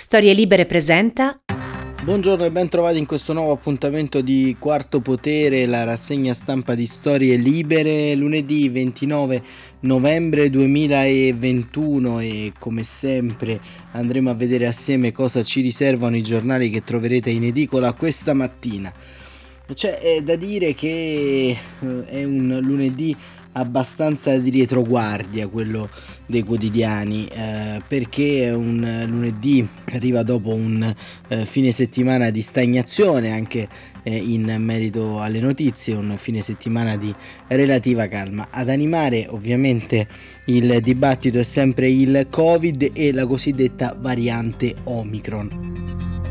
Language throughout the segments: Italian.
Storie Libere presenta. Buongiorno e ben trovati in questo nuovo appuntamento di Quarto Potere, la rassegna stampa di Storie Libere, lunedì 29 novembre 2021, e come sempre andremo a vedere assieme cosa ci riservano i giornali che troverete in edicola questa mattina. C'è da dire che è un lunedì abbastanza di retroguardia quello dei quotidiani, perché è un lunedì che arriva dopo un fine settimana di stagnazione anche in merito alle notizie, un fine settimana di relativa calma. Ad animare ovviamente il dibattito è sempre il Covid e la cosiddetta variante Omicron.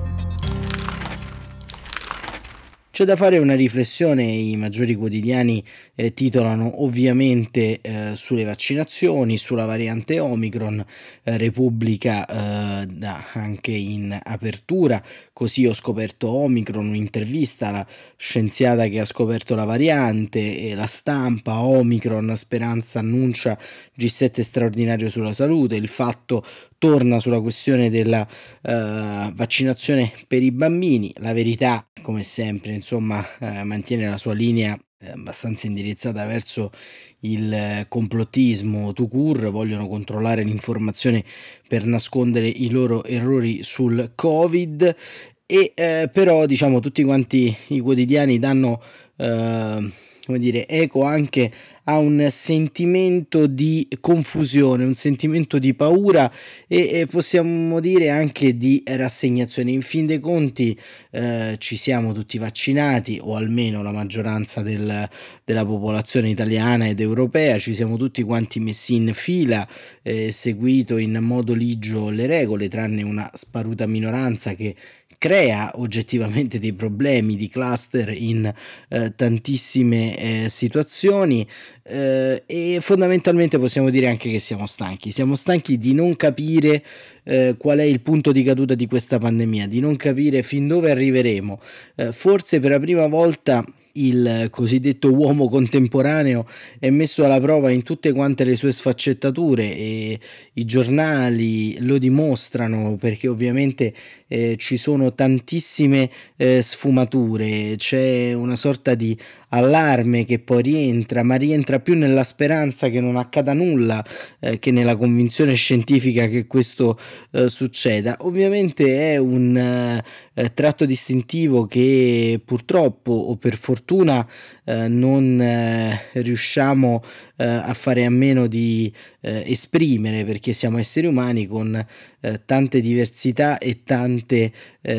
C'è da fare una riflessione, i maggiori quotidiani titolano ovviamente sulle vaccinazioni, sulla variante Omicron, Repubblica anche in apertura, così ho scoperto Omicron, un'intervista alla scienziata che ha scoperto la variante, e La Stampa, Omicron, Speranza annuncia G7 straordinario sulla salute, Il Fatto torna sulla questione della vaccinazione per i bambini, La Verità come sempre mantiene la sua linea abbastanza indirizzata verso il complottismo tout court, vogliono controllare l'informazione per nascondere i loro errori sul Covid, e però tutti quanti i quotidiani danno eco anche a un sentimento di confusione, un sentimento di paura e possiamo dire anche di rassegnazione. In fin dei conti ci siamo tutti vaccinati, o almeno la maggioranza della popolazione italiana ed europea, ci siamo tutti quanti messi in fila, seguito in modo ligio le regole, tranne una sparuta minoranza che crea oggettivamente dei problemi di cluster in tantissime situazioni, e fondamentalmente possiamo dire anche che siamo stanchi di non capire qual è il punto di caduta di questa pandemia, di non capire fin dove arriveremo. Forse per la prima volta il cosiddetto uomo contemporaneo è messo alla prova in tutte quante le sue sfaccettature, e i giornali lo dimostrano, perché ovviamente ci sono tantissime sfumature, c'è una sorta di allarme che poi rientra, ma rientra più nella speranza che non accada nulla che nella convinzione scientifica che questo succeda. Ovviamente è un tratto distintivo che purtroppo o per fortuna non riusciamo a fare a meno di esprimere, perché siamo esseri umani con tante diversità e tante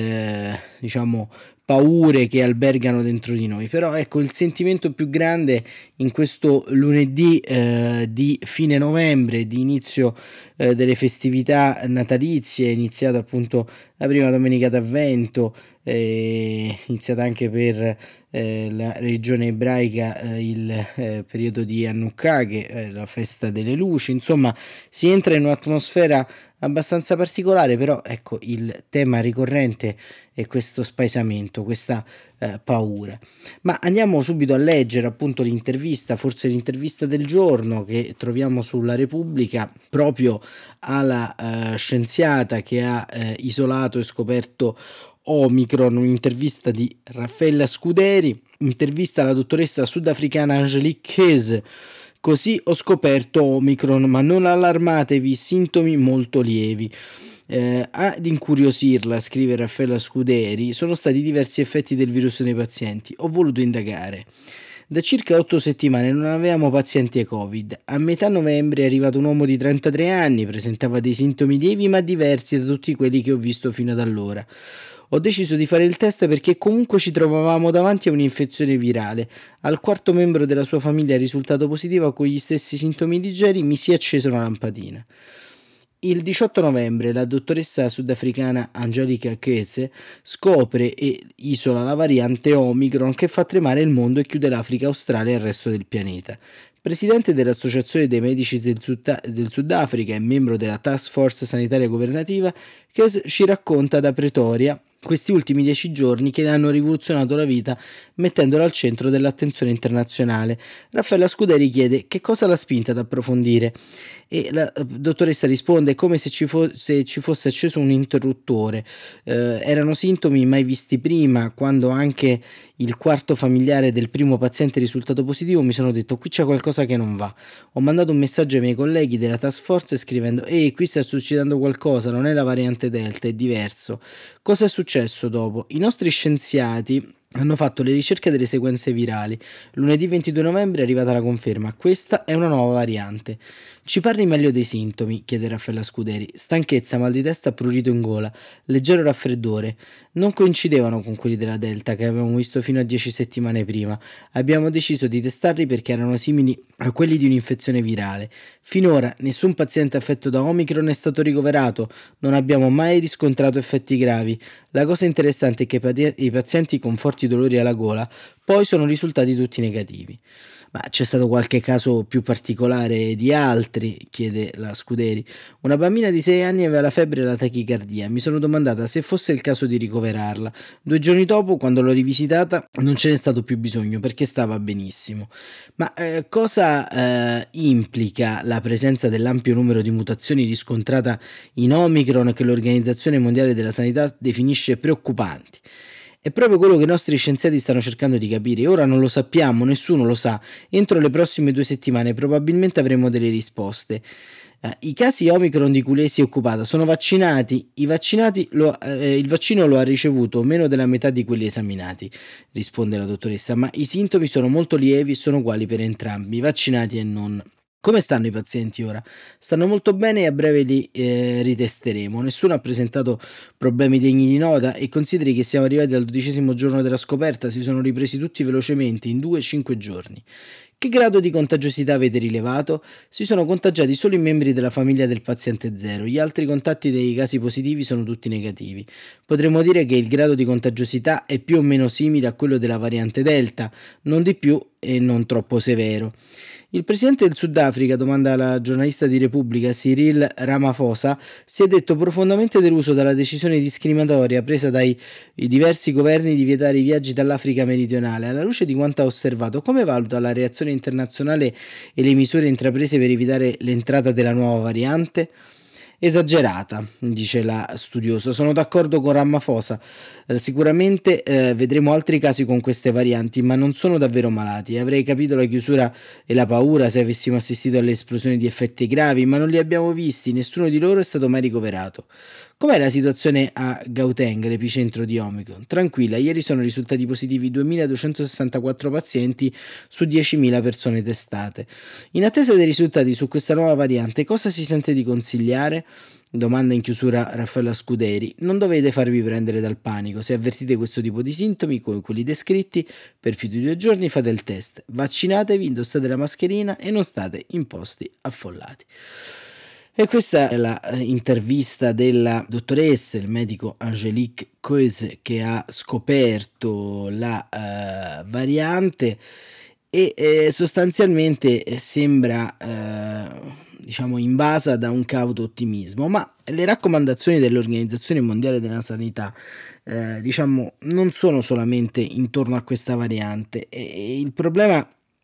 paure che albergano dentro di noi. Però ecco, il sentimento più grande in questo lunedì di fine novembre, di inizio delle festività natalizie, iniziata appunto la prima domenica d'Avvento, iniziata anche per la religione ebraica il periodo di Hanukkah, che è la festa delle luci. Insomma, si entra in un'atmosfera abbastanza particolare, però ecco, il tema ricorrente è questo spaesamento, questa paura. Ma andiamo subito a leggere appunto l'intervista, forse l'intervista del giorno, che troviamo sulla Repubblica proprio alla scienziata che ha isolato e scoperto Omicron, un'intervista di Raffaella Scuderi, intervista alla dottoressa sudafricana Angelique Kese. Così ho scoperto Omicron, ma non allarmatevi, sintomi molto lievi. Ad incuriosirla, scrive Raffaella Scuderi, sono stati diversi effetti del virus nei pazienti. Ho voluto indagare. Da circa 8 settimane non avevamo pazienti Covid. A metà novembre è arrivato un uomo di 33 anni, presentava dei sintomi lievi ma diversi da tutti quelli che ho visto fino ad allora. Ho deciso di fare il test perché comunque ci trovavamo davanti a un'infezione virale. Al quarto membro della sua famiglia risultato positivo con gli stessi sintomi leggeri, mi si è accesa una lampadina. Il 18 novembre la dottoressa sudafricana Angelica Kese scopre e isola la variante Omicron che fa tremare il mondo e chiude l'Africa australe e il resto del pianeta. Presidente dell'Associazione dei Medici del Sudafrica e membro della Task Force Sanitaria Governativa, Kese ci racconta da Pretoria questi ultimi 10 giorni che le hanno rivoluzionato la vita mettendolo al centro dell'attenzione internazionale. Raffaella Scuderi chiede che cosa l'ha spinta ad approfondire e la dottoressa risponde come se ci fosse acceso un interruttore. Erano sintomi mai visti prima, quando anche il quarto familiare del primo paziente risultato positivo mi sono detto qui c'è qualcosa che non va. Ho mandato un messaggio ai miei colleghi della task force scrivendo ehi, qui sta succedendo qualcosa, non è la variante Delta, è diverso. Cosa è successo dopo? I nostri scienziati hanno fatto le ricerche delle sequenze virali. Lunedì 22 novembre è arrivata la conferma. Questa è una nuova variante. Ci parli meglio dei sintomi? Chiede Raffaella Scuderi. Stanchezza, mal di testa, prurito in gola, leggero raffreddore. Non coincidevano con quelli della Delta che avevamo visto fino a 10 settimane prima. Abbiamo deciso di testarli perché erano simili a quelli di un'infezione virale. Finora nessun paziente affetto da Omicron è stato ricoverato, non abbiamo mai riscontrato effetti gravi. La cosa interessante è che i pazienti con forti dolori alla gola poi sono risultati tutti negativi. Ma c'è stato qualche caso più particolare di altri? Chiede la Scuderi. Una bambina di 6 anni aveva la febbre e la tachicardia. Mi sono domandata se fosse il caso di ricoverarla. 2 giorni dopo, quando l'ho rivisitata, non ce n'è stato più bisogno perché stava benissimo. Ma cosa implica la presenza dell'ampio numero di mutazioni riscontrata in Omicron che l'Organizzazione Mondiale della Sanità definisce preoccupanti? È proprio quello che i nostri scienziati stanno cercando di capire. Ora non lo sappiamo, nessuno lo sa. Entro le prossime 2 settimane probabilmente avremo delle risposte. I casi Omicron di cui lei si è occupata sono vaccinati. Il vaccino lo ha ricevuto meno della metà di quelli esaminati, risponde la dottoressa, ma i sintomi sono molto lievi e sono uguali per entrambi, vaccinati e non. Come stanno i pazienti ora? Stanno molto bene e a breve li ritesteremo. Nessuno ha presentato problemi degni di nota e consideri che siamo arrivati al 12° giorno della scoperta, si sono ripresi tutti velocemente in 2-5 giorni. Che grado di contagiosità avete rilevato? Si sono contagiati solo i membri della famiglia del paziente zero, gli altri contatti dei casi positivi sono tutti negativi. Potremmo dire che il grado di contagiosità è più o meno simile a quello della variante Delta, non di più e non troppo severo. Il presidente del Sudafrica, domanda alla giornalista di Repubblica Cyril Ramaphosa, si è detto profondamente deluso dalla decisione discriminatoria presa dai diversi governi di vietare i viaggi dall'Africa meridionale. Alla luce di quanto ha osservato, come valuta la reazione internazionale e le misure intraprese per evitare l'entrata della nuova variante? Esagerata, dice la studiosa. Sono d'accordo con Ramaphosa. Sicuramente vedremo altri casi con queste varianti, ma non sono davvero malati. Avrei capito la chiusura e la paura se avessimo assistito alle esplosioni di effetti gravi, ma non li abbiamo visti, nessuno di loro è stato mai ricoverato. Com'è la situazione a Gauteng, l'epicentro di Omicron? Tranquilla, ieri sono risultati positivi 2.264 pazienti su 10.000 persone testate. In attesa dei risultati su questa nuova variante, cosa si sente di consigliare? Domanda in chiusura Raffaella Scuderi. Non dovete farvi prendere dal panico. Se avvertite questo tipo di sintomi, come quelli descritti, per più di 2 giorni fate il test. Vaccinatevi, indossate la mascherina e non state in posti affollati. E questa è la intervista della dottoressa, il medico Angélique Keuse, che ha scoperto la variante e sostanzialmente sembra diciamo invasa da un cauto ottimismo, ma le raccomandazioni dell'Organizzazione Mondiale della Sanità diciamo non sono solamente intorno a questa variante e il problema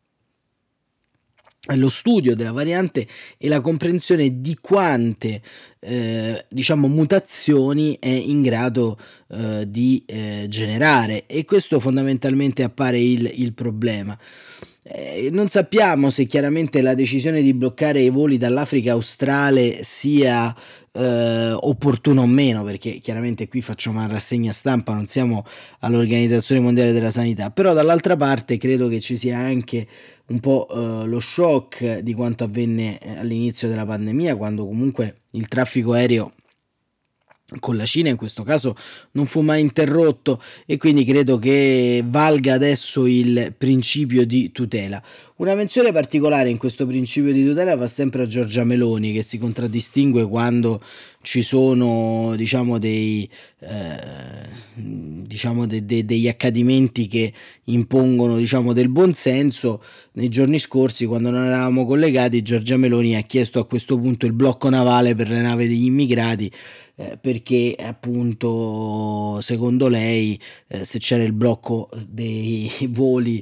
lo studio della variante e la comprensione di quante diciamo mutazioni è in grado di generare, e questo fondamentalmente appare il problema. Non sappiamo se chiaramente la decisione di bloccare i voli dall'Africa australe sia opportuna o meno, perché chiaramente qui facciamo una rassegna stampa, non siamo all'Organizzazione Mondiale della Sanità, però dall'altra parte credo che ci sia anche un po' lo shock di quanto avvenne all'inizio della pandemia, quando comunque il traffico aereo con la Cina in questo caso non fu mai interrotto, e quindi credo che valga adesso il principio di tutela. Una menzione particolare in questo principio di tutela va sempre a Giorgia Meloni, che si contraddistingue quando ci sono diciamo degli accadimenti che impongono diciamo del buonsenso. Nei giorni scorsi, quando non eravamo collegati, Giorgia Meloni ha chiesto a questo punto il blocco navale per le navi degli immigrati, perché appunto secondo lei se c'era il blocco dei voli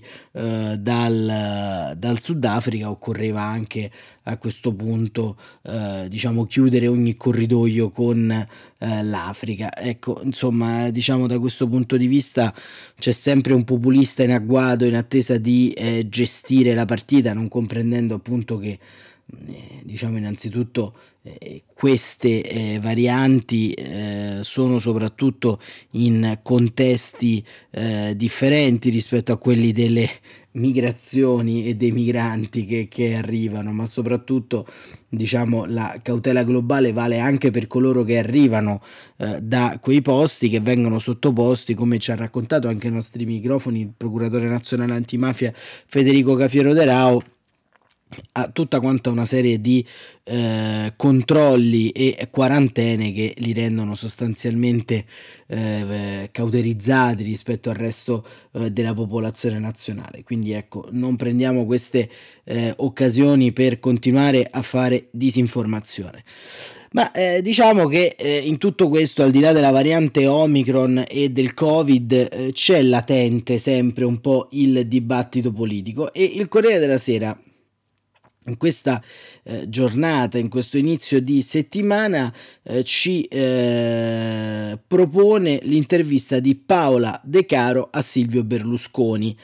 dal Sudafrica occorreva anche a questo punto diciamo chiudere ogni corridoio con l'Africa. Ecco, insomma, diciamo da questo punto di vista c'è sempre un populista in agguato in attesa di gestire la partita, non comprendendo appunto che diciamo innanzitutto queste varianti sono soprattutto in contesti differenti rispetto a quelli delle migrazioni e dei migranti che arrivano, ma soprattutto diciamo la cautela globale vale anche per coloro che arrivano da quei posti, che vengono sottoposti, come ci ha raccontato anche ai nostri microfoni il procuratore nazionale antimafia Federico Cafiero De Rao, a tutta quanta una serie di controlli e quarantene che li rendono sostanzialmente cauterizzati rispetto al resto della popolazione nazionale. Quindi ecco, non prendiamo queste occasioni per continuare a fare disinformazione. Ma diciamo che in tutto questo, al di là della variante Omicron e del Covid, c'è latente sempre un po' il dibattito politico, e il Corriere della Sera in questa giornata, in questo inizio di settimana, ci propone l'intervista di Paola De Caro a Silvio Berlusconi,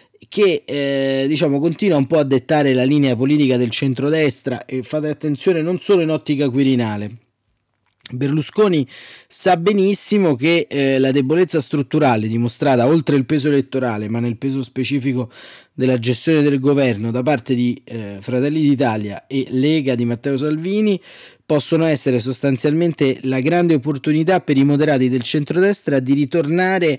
che diciamo continua un po' a dettare la linea politica del centrodestra, e fate attenzione, non solo in ottica quirinale. Berlusconi sa benissimo che la debolezza strutturale dimostrata oltre il peso elettorale, ma nel peso specifico della gestione del governo da parte di Fratelli d'Italia e Lega di Matteo Salvini possono essere sostanzialmente la grande opportunità per i moderati del centrodestra di ritornare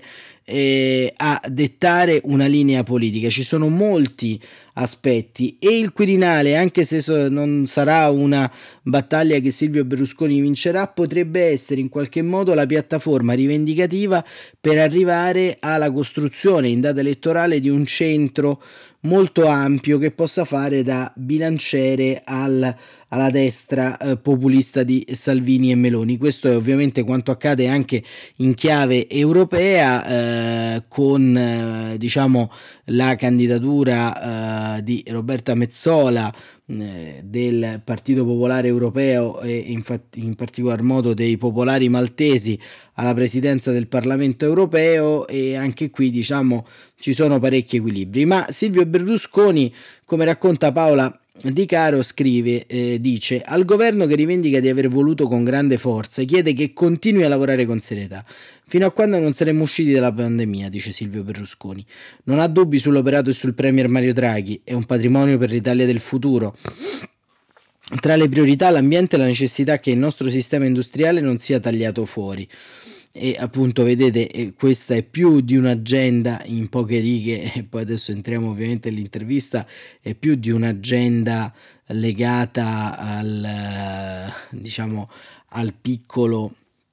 a dettare una linea politica. Ci sono molti aspetti, e il Quirinale, anche se non sarà una battaglia che Silvio Berlusconi vincerà, potrebbe essere in qualche modo la piattaforma rivendicativa per arrivare alla costruzione in data elettorale di un centro molto ampio che possa fare da bilanciere alla destra populista di Salvini e Meloni. Questo è ovviamente quanto accade anche in chiave europea, con diciamo la candidatura di Roberta Metsola del Partito Popolare Europeo, e infatti in particolar modo dei popolari maltesi alla presidenza del Parlamento Europeo, e anche qui diciamo ci sono parecchi equilibri. Ma Silvio Berlusconi, come racconta Paola Di Caro, scrive, dice: al governo che rivendica di aver voluto con grande forza chiede che continui a lavorare con serietà fino a quando non saremo usciti dalla pandemia, dice Silvio Berlusconi. Non ha dubbi sull'operato e sul premier Mario Draghi, è un patrimonio per l'Italia del futuro. Tra le priorità l'ambiente e la necessità che il nostro sistema industriale non sia tagliato fuori. E appunto vedete, questa è più di un'agenda in poche righe, e poi adesso entriamo ovviamente nell'intervista, è più di un'agenda legata al diciamo al piccolo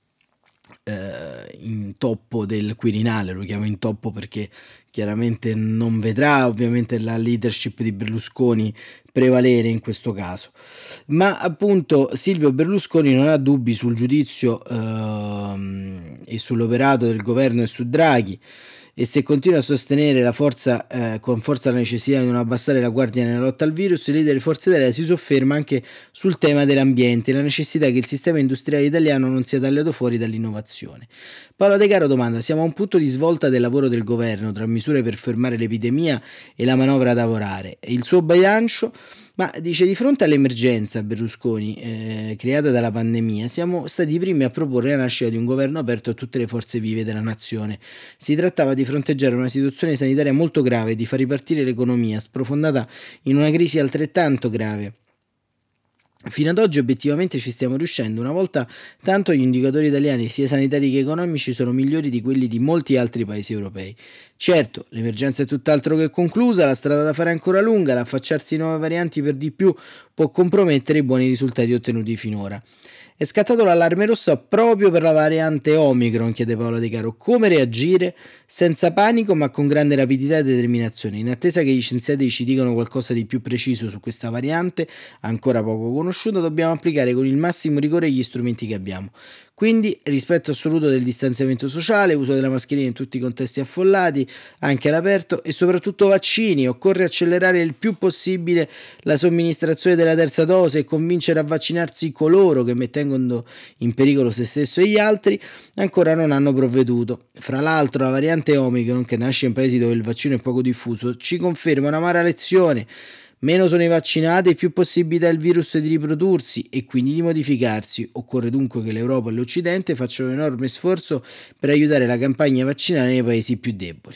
intoppo del Quirinale. Lo chiamo intoppo perché chiaramente non vedrà ovviamente la leadership di Berlusconi prevalere in questo caso, ma appunto Silvio Berlusconi non ha dubbi sul giudizio e sull'operato del governo e su Draghi, e se continua a sostenere con forza la necessità di non abbassare la guardia nella lotta al virus, il leader di Forza Italia si sofferma anche sul tema dell'ambiente e la necessità che il sistema industriale italiano non sia tagliato fuori dall'innovazione. Paolo De Caro domanda: siamo a un punto di svolta del lavoro del governo tra misure per fermare l'epidemia e la manovra da lavorare e il suo bilancio? Ma dice, di fronte all'emergenza Berlusconi creata dalla pandemia, siamo stati i primi a proporre la nascita di un governo aperto a tutte le forze vive della nazione. Si trattava di fronteggiare una situazione sanitaria molto grave e di far ripartire l'economia, sprofondata in una crisi altrettanto grave. Fino ad oggi obiettivamente ci stiamo riuscendo. Una volta tanto gli indicatori italiani, sia sanitari che economici, sono migliori di quelli di molti altri paesi europei. Certo, l'emergenza è tutt'altro che conclusa, la strada da fare è ancora lunga, l'affacciarsi nuove varianti per di più può compromettere i buoni risultati ottenuti finora. È scattato l'allarme rosso proprio per la variante Omicron, chiede Paola De Caro. Come reagire? Senza panico, ma con grande rapidità e determinazione. In attesa che gli scienziati ci dicano qualcosa di più preciso su questa variante, ancora poco conosciuta, dobbiamo applicare con il massimo rigore gli strumenti che abbiamo. Quindi rispetto assoluto del distanziamento sociale, uso della mascherina in tutti i contesti affollati, anche all'aperto, e soprattutto vaccini. Occorre accelerare il più possibile la somministrazione della terza dose e convincere a vaccinarsi coloro che, mettendo in pericolo se stesso e gli altri, ancora non hanno provveduto. Fra l'altro la variante Omicron, che nasce in paesi dove il vaccino è poco diffuso, ci conferma un'amara lezione. Meno sono i vaccinati, più possibilità ha il virus di riprodursi e quindi di modificarsi. Occorre dunque che l'Europa e l'Occidente facciano un enorme sforzo per aiutare la campagna vaccinale nei paesi più deboli.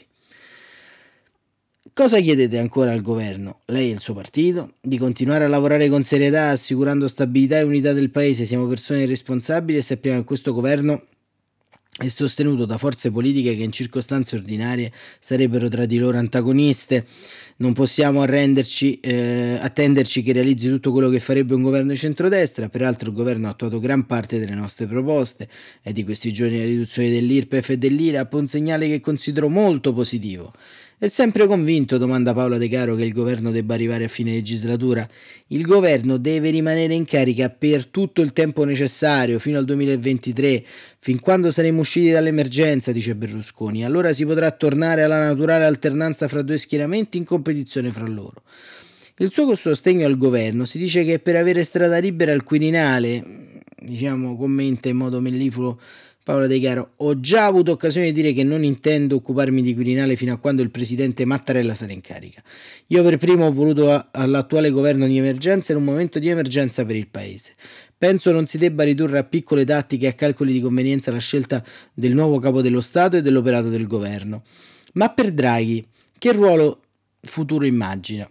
Cosa chiedete ancora al governo, lei e il suo partito? Di continuare a lavorare con serietà, assicurando stabilità e unità del paese. Siamo persone responsabili e sappiamo che questo governo è sostenuto da forze politiche che in circostanze ordinarie sarebbero tra di loro antagoniste. Non possiamo attenderci che realizzi tutto quello che farebbe un governo di centrodestra. Peraltro il governo ha attuato gran parte delle nostre proposte. È di questi giorni la riduzione dell'IRPEF e dell'IRAP, un segnale che considero molto positivo. È sempre convinto, domanda Paola De Caro, che il governo debba arrivare a fine legislatura? Il governo deve rimanere in carica per tutto il tempo necessario, fino al 2023, fin quando saremo usciti dall'emergenza, dice Berlusconi. Allora si potrà tornare alla naturale alternanza fra due schieramenti in competizione fra loro. Il suo sostegno al governo si dice che per avere strada libera al Quirinale, commenta in modo mellifluo Paola De Caro, ho già avuto occasione di dire che non intendo occuparmi di Quirinale fino a quando il presidente Mattarella sarà in carica. Io per primo ho voluto all'attuale governo di emergenza in un momento di emergenza per il paese. Penso non si debba ridurre a piccole tattiche e a calcoli di convenienza la scelta del nuovo capo dello Stato e dell'operato del governo. Ma per Draghi, che ruolo futuro immagina?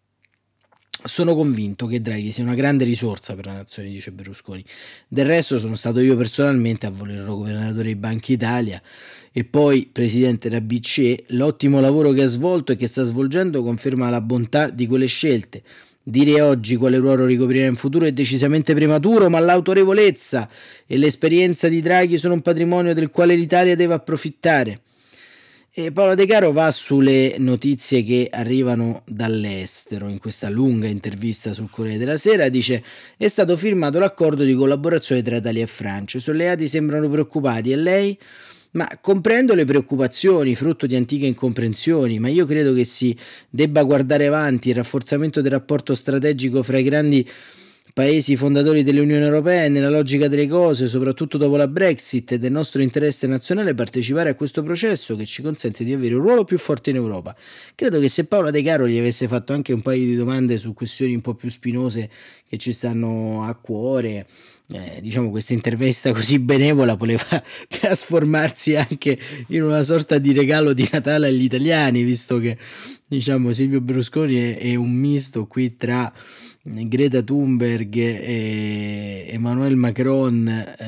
Sono convinto che Draghi sia una grande risorsa per la nazione, dice Berlusconi. Del resto sono stato io personalmente a volerlo governatore di Banca Italia e poi presidente della BCE. L'ottimo lavoro che ha svolto e che sta svolgendo conferma la bontà di quelle scelte. Dire oggi quale ruolo ricoprirà in futuro è decisamente prematuro, ma l'autorevolezza e l'esperienza di Draghi sono un patrimonio del quale l'Italia deve approfittare. E Paola De Caro va sulle notizie che arrivano dall'estero. In questa lunga intervista sul Corriere della Sera dice: è stato firmato l'accordo di collaborazione tra Italia e Francia. I suoi alleati sembrano preoccupati e lei? Ma comprendo le preoccupazioni, frutto di antiche incomprensioni, ma io credo che si debba guardare avanti. Il rafforzamento del rapporto strategico fra i grandi paesi fondatori dell'Unione Europea e nella logica delle cose, soprattutto dopo la Brexit, ed è nostro interesse nazionale partecipare a questo processo che ci consente di avere un ruolo più forte in Europa. Credo che se Paola De Caro gli avesse fatto anche un paio di domande su questioni un po' più spinose che ci stanno a cuore, questa intervista così benevola poteva trasformarsi anche in una sorta di regalo di Natale agli italiani, visto che Silvio Berlusconi è un misto qui tra Greta Thunberg e Emmanuel Macron,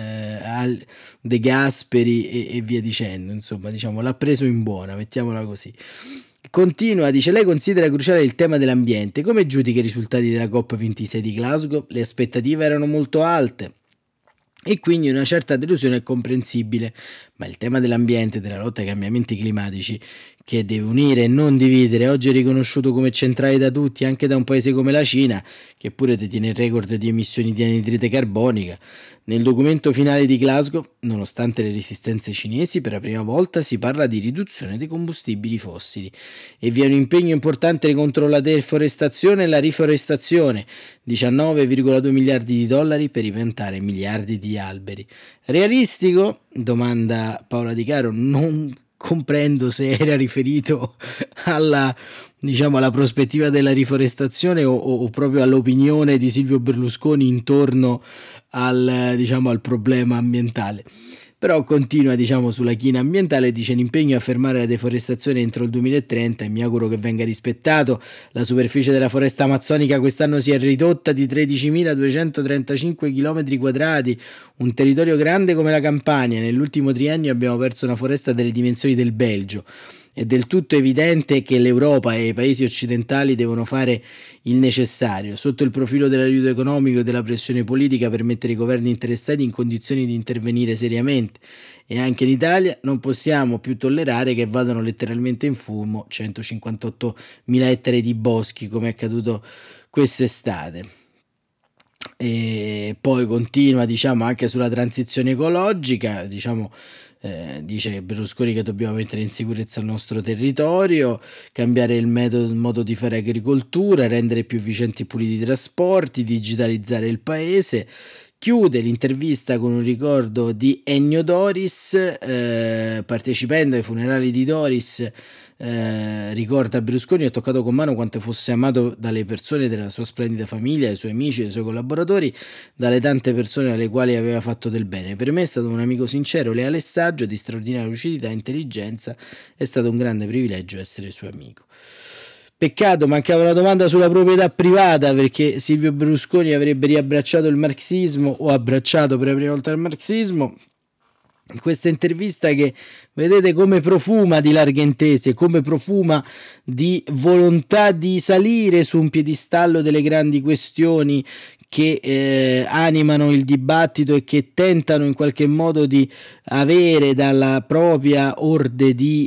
De Gasperi e via dicendo. Insomma, l'ha preso in buona, mettiamola così. Continua, dice: lei considera cruciale il tema dell'ambiente. Come giudica i risultati della COP26 di Glasgow? Le aspettative erano molto alte e quindi una certa delusione è comprensibile, ma il tema dell'ambiente e della lotta ai cambiamenti climatici, che deve unire e non dividere, oggi è riconosciuto come centrale da tutti, anche da un paese come la Cina, che pure detiene il record di emissioni di anidride carbonica. Nel documento finale di Glasgow, nonostante le resistenze cinesi, per la prima volta si parla di riduzione dei combustibili fossili e vi è un impegno importante contro la deforestazione e la riforestazione, 19,2 miliardi di dollari per ripiantare miliardi di alberi. Realistico? Domanda Paola Di Caro. Non comprendo se era riferito alla prospettiva della riforestazione o proprio all'opinione di Silvio Berlusconi intorno al problema ambientale. Però continua sulla china ambientale, dice: l'impegno a fermare la deforestazione entro il 2030 e mi auguro che venga rispettato. La superficie della foresta amazzonica quest'anno si è ridotta di 13.235 km², un territorio grande come la Campania. Nell'ultimo triennio abbiamo perso una foresta delle dimensioni del Belgio. È del tutto evidente che l'Europa e i paesi occidentali devono fare il necessario sotto il profilo dell'aiuto economico e della pressione politica per mettere i governi interessati in condizioni di intervenire seriamente. E anche in Italia non possiamo più tollerare che vadano letteralmente in fumo 158.000 ettari di boschi, come è accaduto quest'estate. E poi continua, diciamo, anche sulla transizione ecologica, diciamo, dice Berlusconi che dobbiamo mettere in sicurezza il nostro territorio, cambiare il modo di fare agricoltura, rendere più efficienti e puliti i trasporti, digitalizzare il paese. Chiude l'intervista con un ricordo di Ennio Doris, partecipando ai funerali di Doris. Ricorda Berlusconi: ho toccato con mano quanto fosse amato dalle persone della sua splendida famiglia, dai suoi amici, dai suoi collaboratori, dalle tante persone alle quali aveva fatto del bene. Per me è stato un amico sincero, leale e saggio, di straordinaria lucidità e intelligenza. È stato un grande privilegio essere suo amico. Peccato, mancava una domanda sulla proprietà privata, perché Silvio Berlusconi avrebbe riabbracciato il marxismo, o abbracciato per la prima volta il marxismo. Questa intervista che vedete come profuma di larghe intese, come profuma di volontà di salire su un piedistallo delle grandi questioni che animano il dibattito e che tentano in qualche modo di avere dalla propria orde di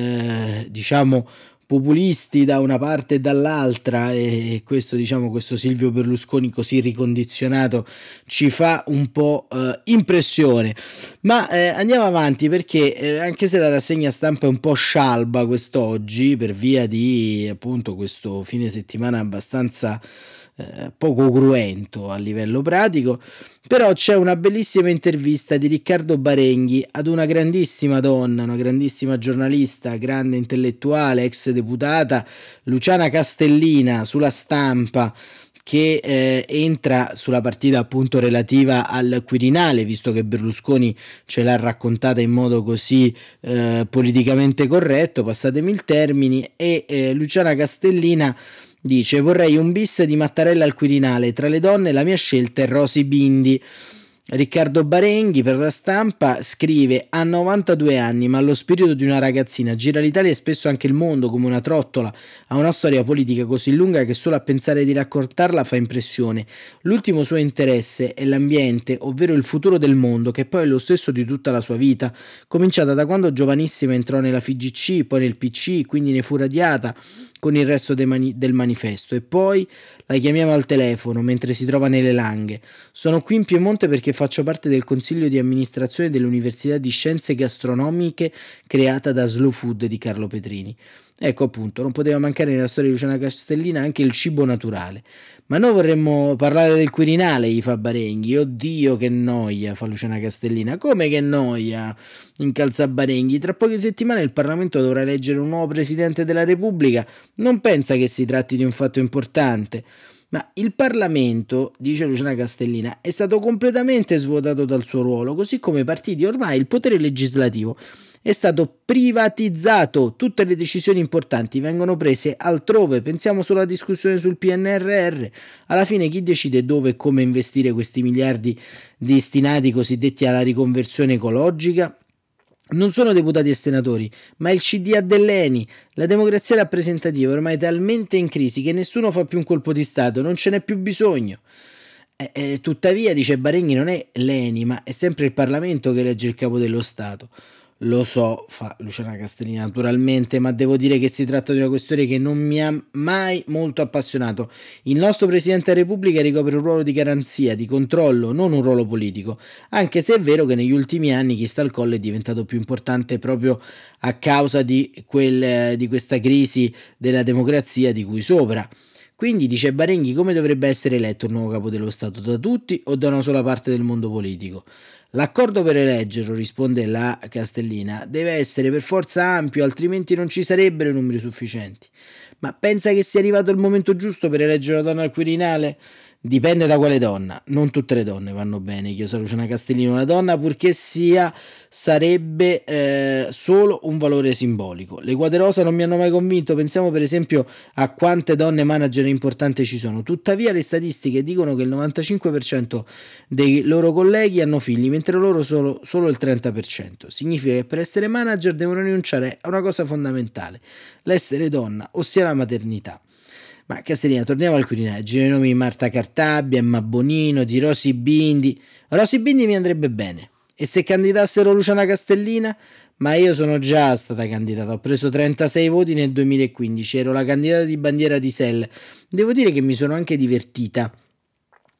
diciamo populisti da una parte e dall'altra, e questo, diciamo, questo Silvio Berlusconi così ricondizionato ci fa un po' impressione. Ma andiamo avanti, perché anche se la rassegna stampa è un po' scialba quest'oggi per via di appunto questo fine settimana abbastanza poco cruento a livello pratico, però c'è una bellissima intervista di Riccardo Barenghi ad una grandissima donna, una grandissima giornalista, grande intellettuale, ex deputata, Luciana Castellina, sulla Stampa, che entra sulla partita appunto relativa al Quirinale, visto che Berlusconi ce l'ha raccontata in modo così politicamente corretto, passatemi il termine, e Luciana Castellina dice: vorrei un bis di Mattarella al Quirinale, tra le donne la mia scelta è Rosy Bindi. Riccardo Barenghi per la Stampa scrive: ha 92 anni ma ha lo spirito di una ragazzina, gira l'Italia e spesso anche il mondo come una trottola, ha una storia politica così lunga che solo a pensare di raccontarla fa impressione. L'ultimo suo interesse è l'ambiente, ovvero il futuro del mondo, che poi è lo stesso di tutta la sua vita, cominciata da quando giovanissima entrò nella FIGC, poi nel PC, quindi ne fu radiata con il resto del manifesto, e poi la chiamiamo al telefono mentre si trova nelle Langhe. Sono qui in Piemonte perché faccio parte del consiglio di amministrazione dell'Università di Scienze Gastronomiche creata da Slow Food di Carlo Petrini. Ecco, appunto, non poteva mancare nella storia di Luciana Castellina anche il cibo naturale. Ma noi vorremmo parlare del Quirinale, gli fa Barenghi. Oddio che noia, fa Luciana Castellina. Come che noia? Incalza Barenghi. Tra poche settimane il Parlamento dovrà eleggere un nuovo Presidente della Repubblica. Non pensa che si tratti di un fatto importante? Ma il Parlamento, dice Luciana Castellina, è stato completamente svuotato dal suo ruolo, così come i partiti. Ormai il potere legislativo è stato privatizzato, tutte le decisioni importanti vengono prese altrove. Pensiamo solo alla discussione sul PNRR. Alla fine chi decide dove e come investire questi miliardi destinati cosiddetti alla riconversione ecologica? Non sono deputati e senatori, ma il CDA dell'ENI. La democrazia rappresentativa è ormai talmente in crisi che nessuno fa più un colpo di Stato, non ce n'è più bisogno. Tuttavia, dice Barenghi, non è l'ENI, ma è sempre il Parlamento che elegge il capo dello Stato. Lo so, fa Luciana Castellina naturalmente, ma devo dire che si tratta di una questione che non mi ha mai molto appassionato. Il nostro Presidente della Repubblica ricopre un ruolo di garanzia, di controllo, non un ruolo politico, anche se è vero che negli ultimi anni chi sta al collo è diventato più importante proprio a causa di questa crisi della democrazia di cui sopra. Quindi, dice Barenghi, come dovrebbe essere eletto il nuovo capo dello Stato? Da tutti o da una sola parte del mondo politico? L'accordo per eleggerlo, risponde la Castellina, deve essere per forza ampio, altrimenti non ci sarebbero i numeri sufficienti. Ma pensa che sia arrivato il momento giusto per eleggere una donna al Quirinale? Dipende da quale donna, non tutte le donne vanno bene, chiosa Luciana Castellino. Una donna, purché sia, sarebbe solo un valore simbolico. Le quote rosa non mi hanno mai convinto, pensiamo per esempio a quante donne manager importanti ci sono. Tuttavia le statistiche dicono che il 95% dei loro colleghi hanno figli, mentre loro solo il 30%. Significa che per essere manager devono rinunciare a una cosa fondamentale, l'essere donna, ossia la maternità. Ma Castellina, torniamo al Quirinale. Girano i nomi di Marta Cartabia, Emma Bonino, di Rosy Bindi. Rosy Bindi mi andrebbe bene. E se candidassero Luciana Castellina? Ma io sono già stata candidata, ho preso 36 voti nel 2015, ero la candidata di bandiera di SEL. Devo dire che mi sono anche divertita.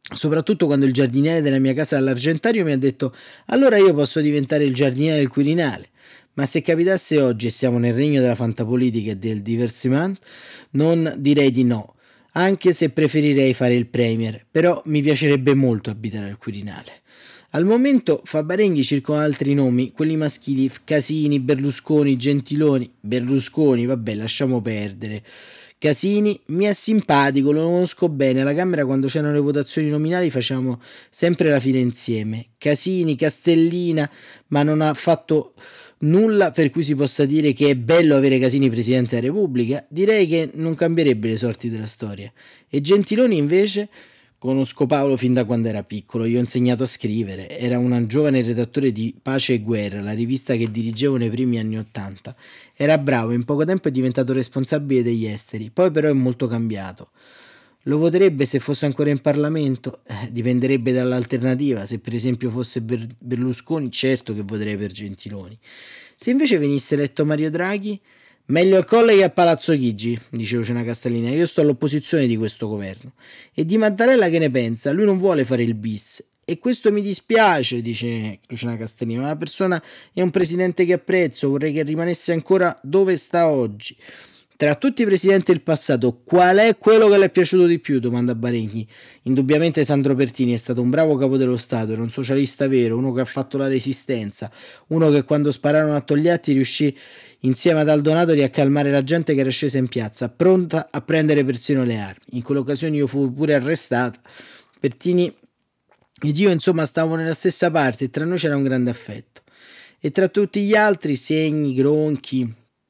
soprattutto quando il giardiniere della mia casa all'Argentario mi ha detto: allora io posso diventare il giardiniere del Quirinale. Ma se capitasse oggi e siamo nel regno della fantapolitica e del diversement, non direi di no, anche se preferirei fare il premier, però mi piacerebbe molto abitare al Quirinale. Al momento Fabarenghi circola altri nomi, quelli maschili: Casini, Berlusconi, Gentiloni. Berlusconi, vabbè, lasciamo perdere. Casini mi è simpatico, lo conosco bene. Alla Camera, quando c'erano le votazioni nominali, facciamo sempre la fila insieme. Casini, Castellina, ma non ha fatto nulla per cui si possa dire che è bello avere Casini presidente della Repubblica. Direi che non cambierebbe le sorti della storia. E Gentiloni invece? Conosco Paolo fin da quando era piccolo, gli ho insegnato a scrivere, era un giovane redattore di Pace e Guerra, la rivista che dirigevo nei primi anni '80. Era bravo, in poco tempo è diventato responsabile degli esteri, poi però è molto cambiato. Lo voterebbe se fosse ancora in Parlamento? Dipenderebbe dall'alternativa, se per esempio fosse Berlusconi, certo che voterei per Gentiloni. Se invece venisse eletto Mario Draghi? Meglio al Colle che a Palazzo Chigi, dice Luciana Castellina. Io sto all'opposizione di questo governo. E di Mattarella che ne pensa? Lui non vuole fare il bis. E questo mi dispiace, dice Luciana Castellina. Una persona è un presidente che apprezzo, vorrei che rimanesse ancora dove sta oggi. Tra tutti i presidenti del passato, qual è quello che le è piaciuto di più? Domanda Barenghi. Indubbiamente Sandro Pertini è stato un bravo capo dello Stato, era un socialista vero, uno che ha fatto la resistenza, uno che quando spararono a Togliatti riuscì insieme ad Aldonatori a calmare la gente che era scesa in piazza, pronta a prendere persino le armi. In quell'occasione io fui pure arrestata. Pertini ed io insomma stavamo nella stessa parte e tra noi c'era un grande affetto. E tra tutti gli altri, Segni, Gronchi,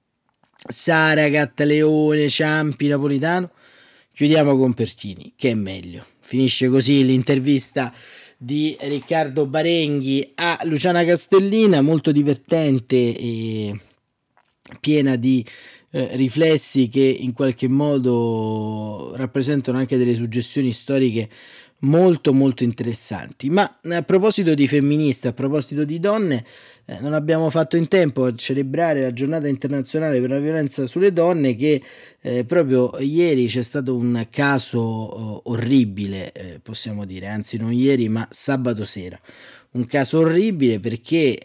Saragat, Leone, Ciampi, Napolitano, chiudiamo con Pertini, che è meglio. Finisce così l'intervista di Riccardo Barenghi a Luciana Castellina, molto divertente e piena di riflessi che in qualche modo rappresentano anche delle suggestioni storiche molto molto interessanti. Ma a proposito di femministe, a proposito di donne, non abbiamo fatto in tempo a celebrare la giornata internazionale per la violenza sulle donne, che proprio ieri c'è stato un caso orribile, possiamo dire, anzi non ieri ma sabato sera. Un caso orribile perché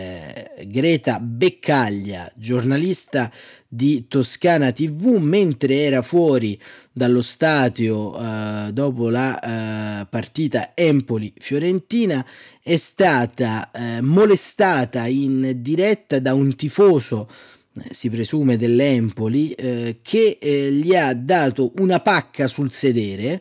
Greta Beccaglia, giornalista di Toscana TV, mentre era fuori dallo stadio dopo la partita Empoli-Fiorentina, è stata molestata in diretta da un tifoso, si presume dell'Empoli, che gli ha dato una pacca sul sedere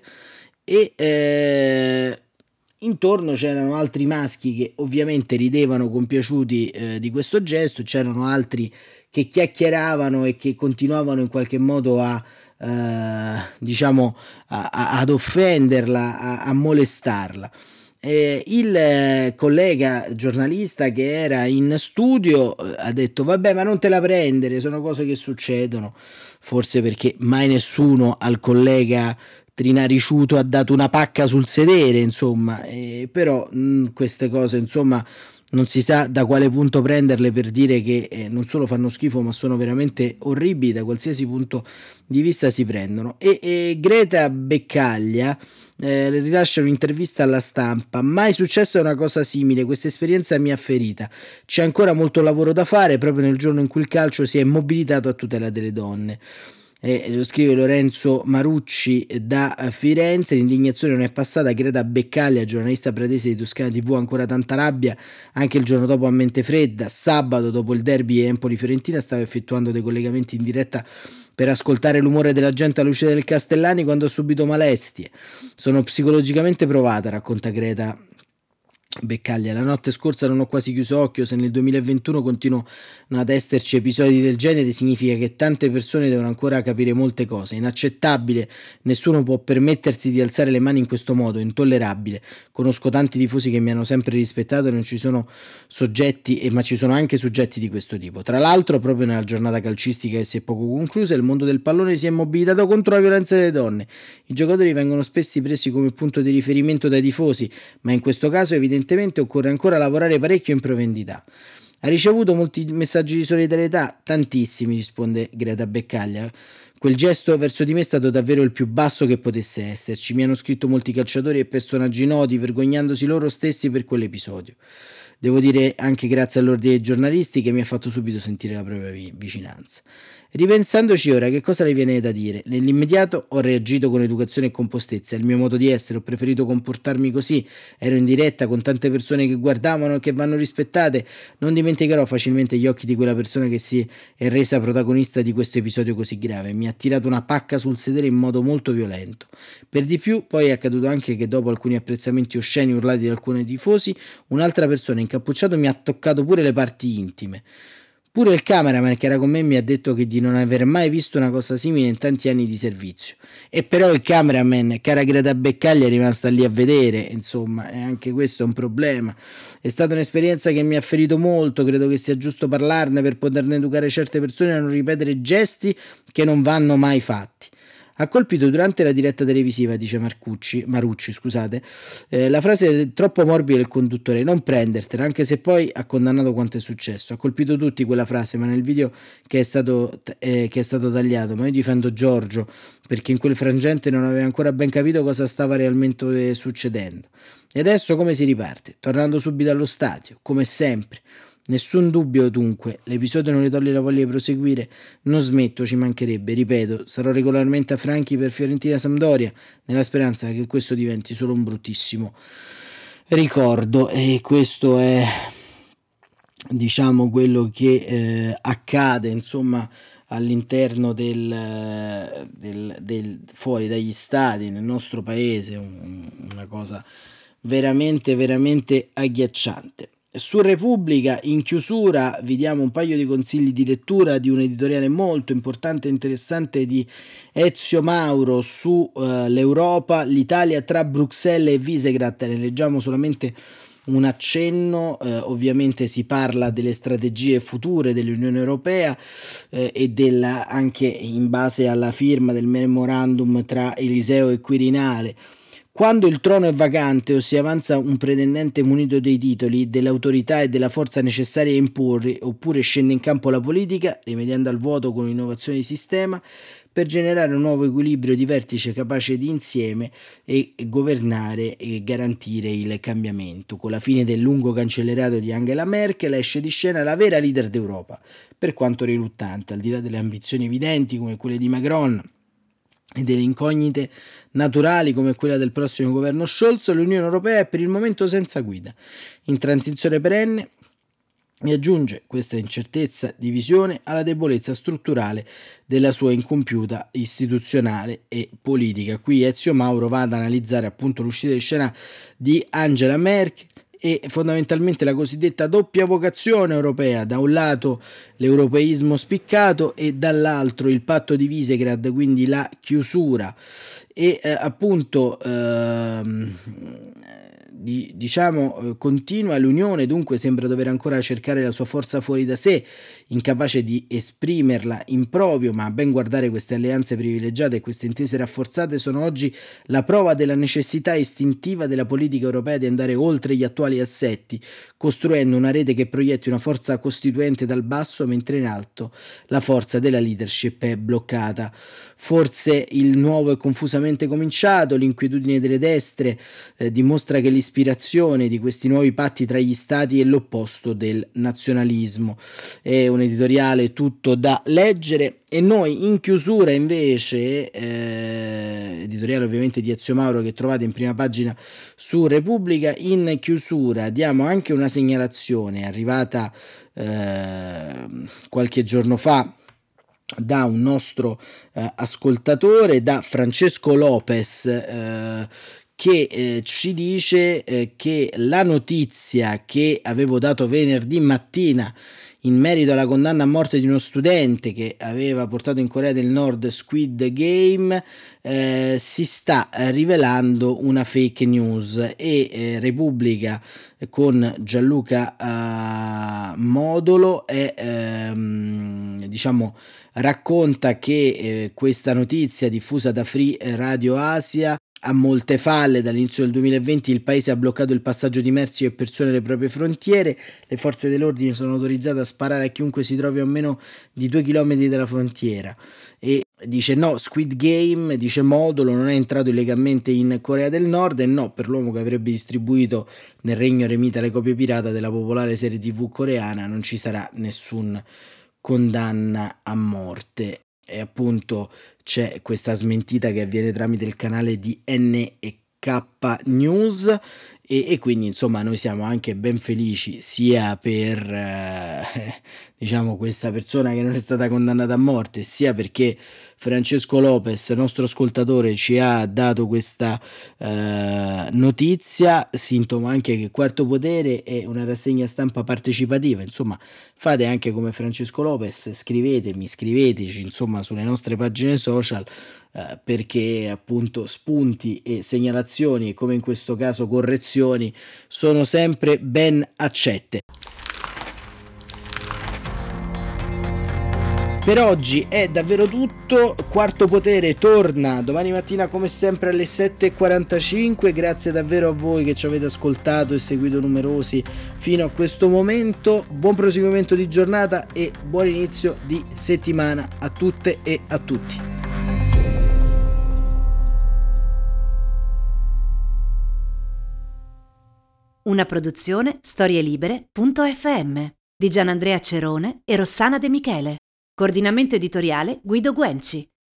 e intorno c'erano altri maschi che ovviamente ridevano compiaciuti di questo gesto, c'erano altri che chiacchieravano e che continuavano in qualche modo a diciamo ad offenderla, a molestarla. Il collega giornalista che era in studio ha detto: vabbè, ma non te la prendere, sono cose che succedono, forse perché mai nessuno al collega Trinariciuto ha dato una pacca sul sedere, insomma, però queste cose, insomma, non si sa da quale punto prenderle per dire che non solo fanno schifo ma sono veramente orribili, da qualsiasi punto di vista si prendono. E Greta Beccaglia rilascia un'intervista alla Stampa: mai successa una cosa simile, questa esperienza mi ha ferita, c'è ancora molto lavoro da fare proprio nel giorno in cui il calcio si è mobilitato a tutela delle donne. Lo scrive Lorenzo Marucci da Firenze. L'indignazione non è passata. Greta Beccaglia, giornalista pradese di Toscana TV, ancora tanta rabbia anche il giorno dopo a mente fredda. Sabato, dopo il derby Empoli-Fiorentina, stava effettuando dei collegamenti in diretta per ascoltare l'umore della gente a luce del Castellani quando ha subito molestie. Sono psicologicamente provata, racconta Greta Beccaglia. La notte scorsa non ho quasi chiuso occhio. Se nel 2021 continuano ad esserci episodi del genere, significa che tante persone devono ancora capire molte cose. Inaccettabile, nessuno può permettersi di alzare le mani in questo modo, intollerabile. Conosco tanti tifosi che mi hanno sempre rispettato e non ci sono soggetti, ma ci sono anche soggetti di questo tipo. Tra l'altro, proprio nella giornata calcistica che si è poco conclusa, il mondo del pallone si è mobilitato contro la violenza delle donne. I giocatori vengono spesso presi come punto di riferimento dai tifosi, ma in questo caso evidentemente occorre ancora lavorare parecchio in profondità. Ha ricevuto molti messaggi di solidarietà? Tantissimi, risponde Greta Beccaglia. Quel gesto verso di me è stato davvero il più basso che potesse esserci. Mi hanno scritto molti calciatori e personaggi noti, vergognandosi loro stessi per quell'episodio. Devo dire anche grazie all'ordine dei giornalisti che mi ha fatto subito sentire la propria vicinanza. Ripensandoci ora, che cosa le viene da dire? Nell'immediato ho reagito con educazione e compostezza, è il mio modo di essere, ho preferito comportarmi così, ero in diretta con tante persone che guardavano e che vanno rispettate, non dimenticherò facilmente gli occhi di quella persona che si è resa protagonista di questo episodio così grave, mi ha tirato una pacca sul sedere in modo molto violento. Per di più, poi è accaduto anche che dopo alcuni apprezzamenti osceni urlati da alcuni tifosi, un'altra persona incappucciata mi ha toccato pure le parti intime. Pure il cameraman che era con me mi ha detto che di non aver mai visto una cosa simile in tanti anni di servizio. E però il cameraman, cara Greta Beccaglia, è rimasta lì a vedere, insomma, e anche questo è un problema. È stata un'esperienza che mi ha ferito molto, credo che sia giusto parlarne per poterne educare certe persone a non ripetere gesti che non vanno mai fatti. Ha colpito durante la diretta televisiva, dice Marucci, scusate, la frase troppo morbida del conduttore, non prendertela, anche se poi ha condannato quanto è successo. Ha colpito tutti quella frase, ma nel video che è stato tagliato, ma io difendo Giorgio, perché in quel frangente non aveva ancora ben capito cosa stava realmente succedendo. E adesso come si riparte? Tornando subito allo stadio, come sempre. Nessun dubbio dunque, l'episodio non le toglie la voglia di proseguire, non smetto, ci mancherebbe, ripeto, sarò regolarmente a Franchi per Fiorentina Sampdoria, nella speranza che questo diventi solo un bruttissimo ricordo, e questo è, diciamo, quello che accade, insomma, all'interno del fuori dagli stadi nel nostro paese, una cosa veramente veramente agghiacciante. Su Repubblica, in chiusura, vi diamo un paio di consigli di lettura di un editoriale molto importante e interessante di Ezio Mauro su l'Europa, l'Italia tra Bruxelles e Visegrad. Ne leggiamo solamente un accenno, ovviamente si parla delle strategie future dell'Unione Europea e anche in base alla firma del memorandum tra Eliseo e Quirinale. Quando il trono è vacante o si avanza un pretendente munito dei titoli, dell'autorità e della forza necessaria a imporre, oppure scende in campo la politica, rimediando al vuoto con innovazione di sistema, per generare un nuovo equilibrio di vertice capace di insieme e governare e garantire il cambiamento. Con la fine del lungo cancellerato di Angela Merkel esce di scena la vera leader d'Europa, per quanto riluttante, al di là delle ambizioni evidenti come quelle di Macron e delle incognite naturali come quella del prossimo governo Scholz, l'Unione Europea è per il momento senza guida, in transizione perenne, e aggiunge questa incertezza di visione alla debolezza strutturale della sua incompiuta istituzionale e politica. Qui Ezio Mauro va ad analizzare appunto l'uscita di scena di Angela Merkel e fondamentalmente la cosiddetta doppia vocazione europea, da un lato l'europeismo spiccato e dall'altro il patto di Visegrad, quindi la chiusura e appunto continua l'Unione, dunque sembra dover ancora cercare la sua forza fuori da sé, incapace di esprimerla in proprio, ma a ben guardare queste alleanze privilegiate e queste intese rafforzate sono oggi la prova della necessità istintiva della politica europea di andare oltre gli attuali assetti, costruendo una rete che proietti una forza costituente dal basso, mentre in alto la forza della leadership è bloccata. Forse il nuovo è confusamente cominciato, l'inquietudine delle destre dimostra che l'ispirazione di questi nuovi patti tra gli stati è l'opposto del nazionalismo. È un editoriale tutto da leggere. E noi in chiusura invece, editoriale ovviamente di Ezio Mauro che trovate in prima pagina su Repubblica, in chiusura diamo anche una segnalazione arrivata qualche giorno fa da un nostro ascoltatore, da Francesco Lopez, che ci dice che la notizia che avevo dato venerdì mattina in merito alla condanna a morte di uno studente che aveva portato in Corea del Nord Squid Game si sta rivelando una fake news e Repubblica con Gianluca Modolo racconta che questa notizia diffusa da Free Radio Asia a molte falle. Dall'inizio del 2020 il paese ha bloccato il passaggio di merci e persone alle proprie frontiere. Le forze dell'ordine sono autorizzate a sparare a chiunque si trovi a meno di 2 chilometri dalla frontiera. E dice no, Squid Game, dice Modulo, non è entrato illegalmente in Corea del Nord, e no per l'uomo che avrebbe distribuito nel regno eremita le copie pirata della popolare serie TV coreana, non ci sarà nessun condanna a morte. E appunto c'è questa smentita che avviene tramite il canale di NK News, e quindi insomma noi siamo anche ben felici sia per diciamo questa persona che non è stata condannata a morte, sia perché Francesco Lopez, nostro ascoltatore, ci ha dato questa notizia, sintomo anche che Quarto Potere è una rassegna stampa partecipativa. Insomma, fate anche come Francesco Lopez, scriveteci insomma sulle nostre pagine social, perché appunto spunti e segnalazioni, e come in questo caso correzioni, sono sempre ben accette. Per oggi è davvero tutto. Quarto Potere torna domani mattina come sempre alle 7:45. Grazie davvero a voi che ci avete ascoltato e seguito numerosi fino a questo momento. Buon proseguimento di giornata e buon inizio di settimana a tutte e a tutti. Una produzione storielibere.fm di Gianandrea Cerone e Rossana De Michele. Coordinamento editoriale Guido Guenci.